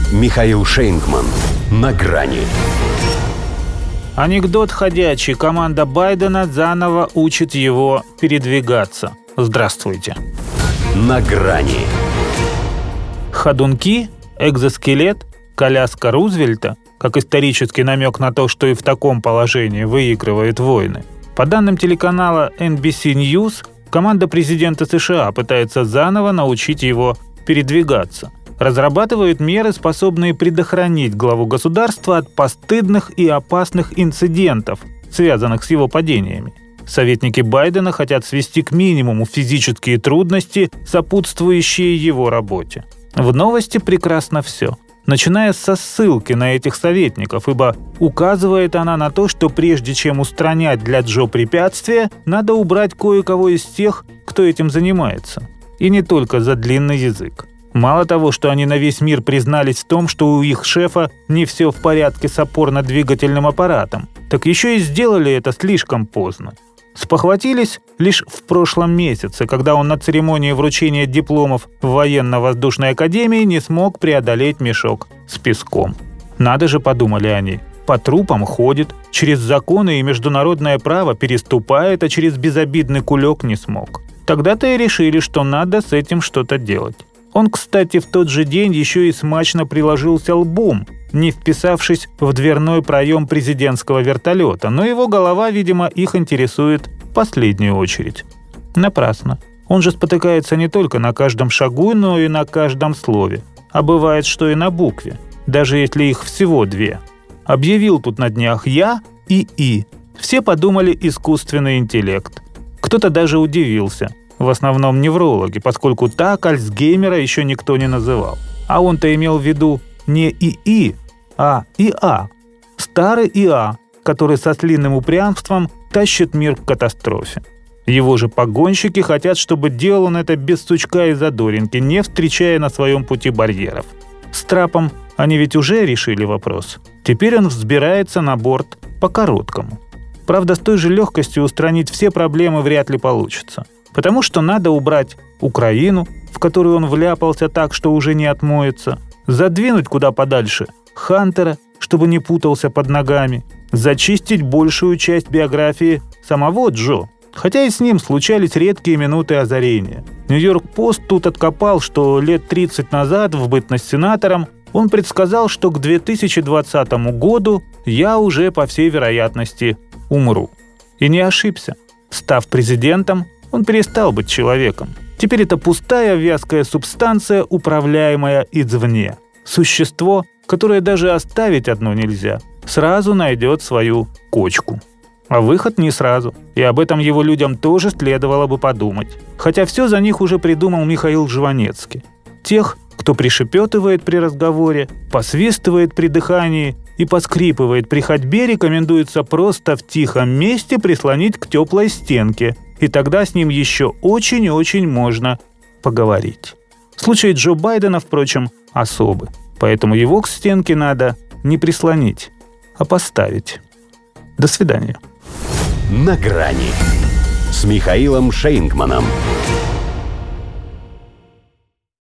Михаил Шейнгман. На грани. Анекдот ходячий. Команда Байдена заново учит его передвигаться. Здравствуйте. На грани. Ходунки, экзоскелет, коляска Рузвельта, как исторический намек на то, что и в таком положении выигрывает войны. По данным телеканала NBC News, команда президента США пытается заново научить его передвигаться. Разрабатывают меры, способные предохранить главу государства от постыдных и опасных инцидентов, связанных с его падениями. Советники Байдена хотят свести к минимуму физические трудности, сопутствующие его работе. В новости прекрасно все, начиная со ссылки на этих советников, ибо указывает она на то, что прежде чем устранять для Джо препятствия, надо убрать кое-кого из тех, кто этим занимается. И не только за длинный язык. Мало того, что они на весь мир признались в том, что у их шефа не все в порядке с опорно-двигательным аппаратом, так еще и сделали это слишком поздно. Спохватились лишь в прошлом месяце, когда он на церемонии вручения дипломов в военно-воздушной академии не смог преодолеть мешок с песком. Надо же, подумали они, по трупам ходит, через законы и международное право переступает, а через безобидный кулек не смог. Тогда-то и решили, что надо с этим что-то делать. Он, кстати, в тот же день еще и смачно приложился лбом, не вписавшись в дверной проем президентского вертолета, но его голова, видимо, их интересует в последнюю очередь. Напрасно. Он же спотыкается не только на каждом шагу, но и на каждом слове. А бывает, что и на букве, даже если их всего две. Объявил тут на днях «я» и «и». Все подумали искусственный интеллект. Кто-то даже удивился. В основном неврологи, поскольку так Альцгеймера еще никто не называл. А он-то имел в виду не ИИ, а ИА. Старый ИА, который со слинным упрямством тащит мир к катастрофе. Его же погонщики хотят, чтобы делал он это без сучка и задоринки, не встречая на своем пути барьеров. С трапом они ведь уже решили вопрос. Теперь он взбирается на борт по-короткому. Правда, с той же легкостью устранить все проблемы вряд ли получится. Потому что надо убрать Украину, в которую он вляпался так, что уже не отмоется, задвинуть куда подальше Хантера, чтобы не путался под ногами, зачистить большую часть биографии самого Джо, хотя и с ним случались редкие минуты озарения. Нью-Йорк-Пост тут откопал, что лет 30 назад, в бытность сенатором, он предсказал, что к 2020 году я уже, по всей вероятности, умру. И не ошибся. Став президентом, он перестал быть человеком. Теперь это пустая вязкая субстанция, управляемая извне. Существо, которое даже оставить одно нельзя, сразу найдет свою кочку. А выход не сразу. И об этом его людям тоже следовало бы подумать. Хотя все за них уже придумал Михаил Жванецкий. Тех, кто пришепетывает при разговоре, посвистывает при дыхании и поскрипывает при ходьбе, рекомендуется просто в тихом месте прислонить к теплой стенке, и тогда с ним еще очень-очень можно поговорить. Случай Джо Байдена, впрочем, особый, поэтому его к стенке надо не прислонить, а поставить. До свидания. На грани с Михаилом Шейнгманом.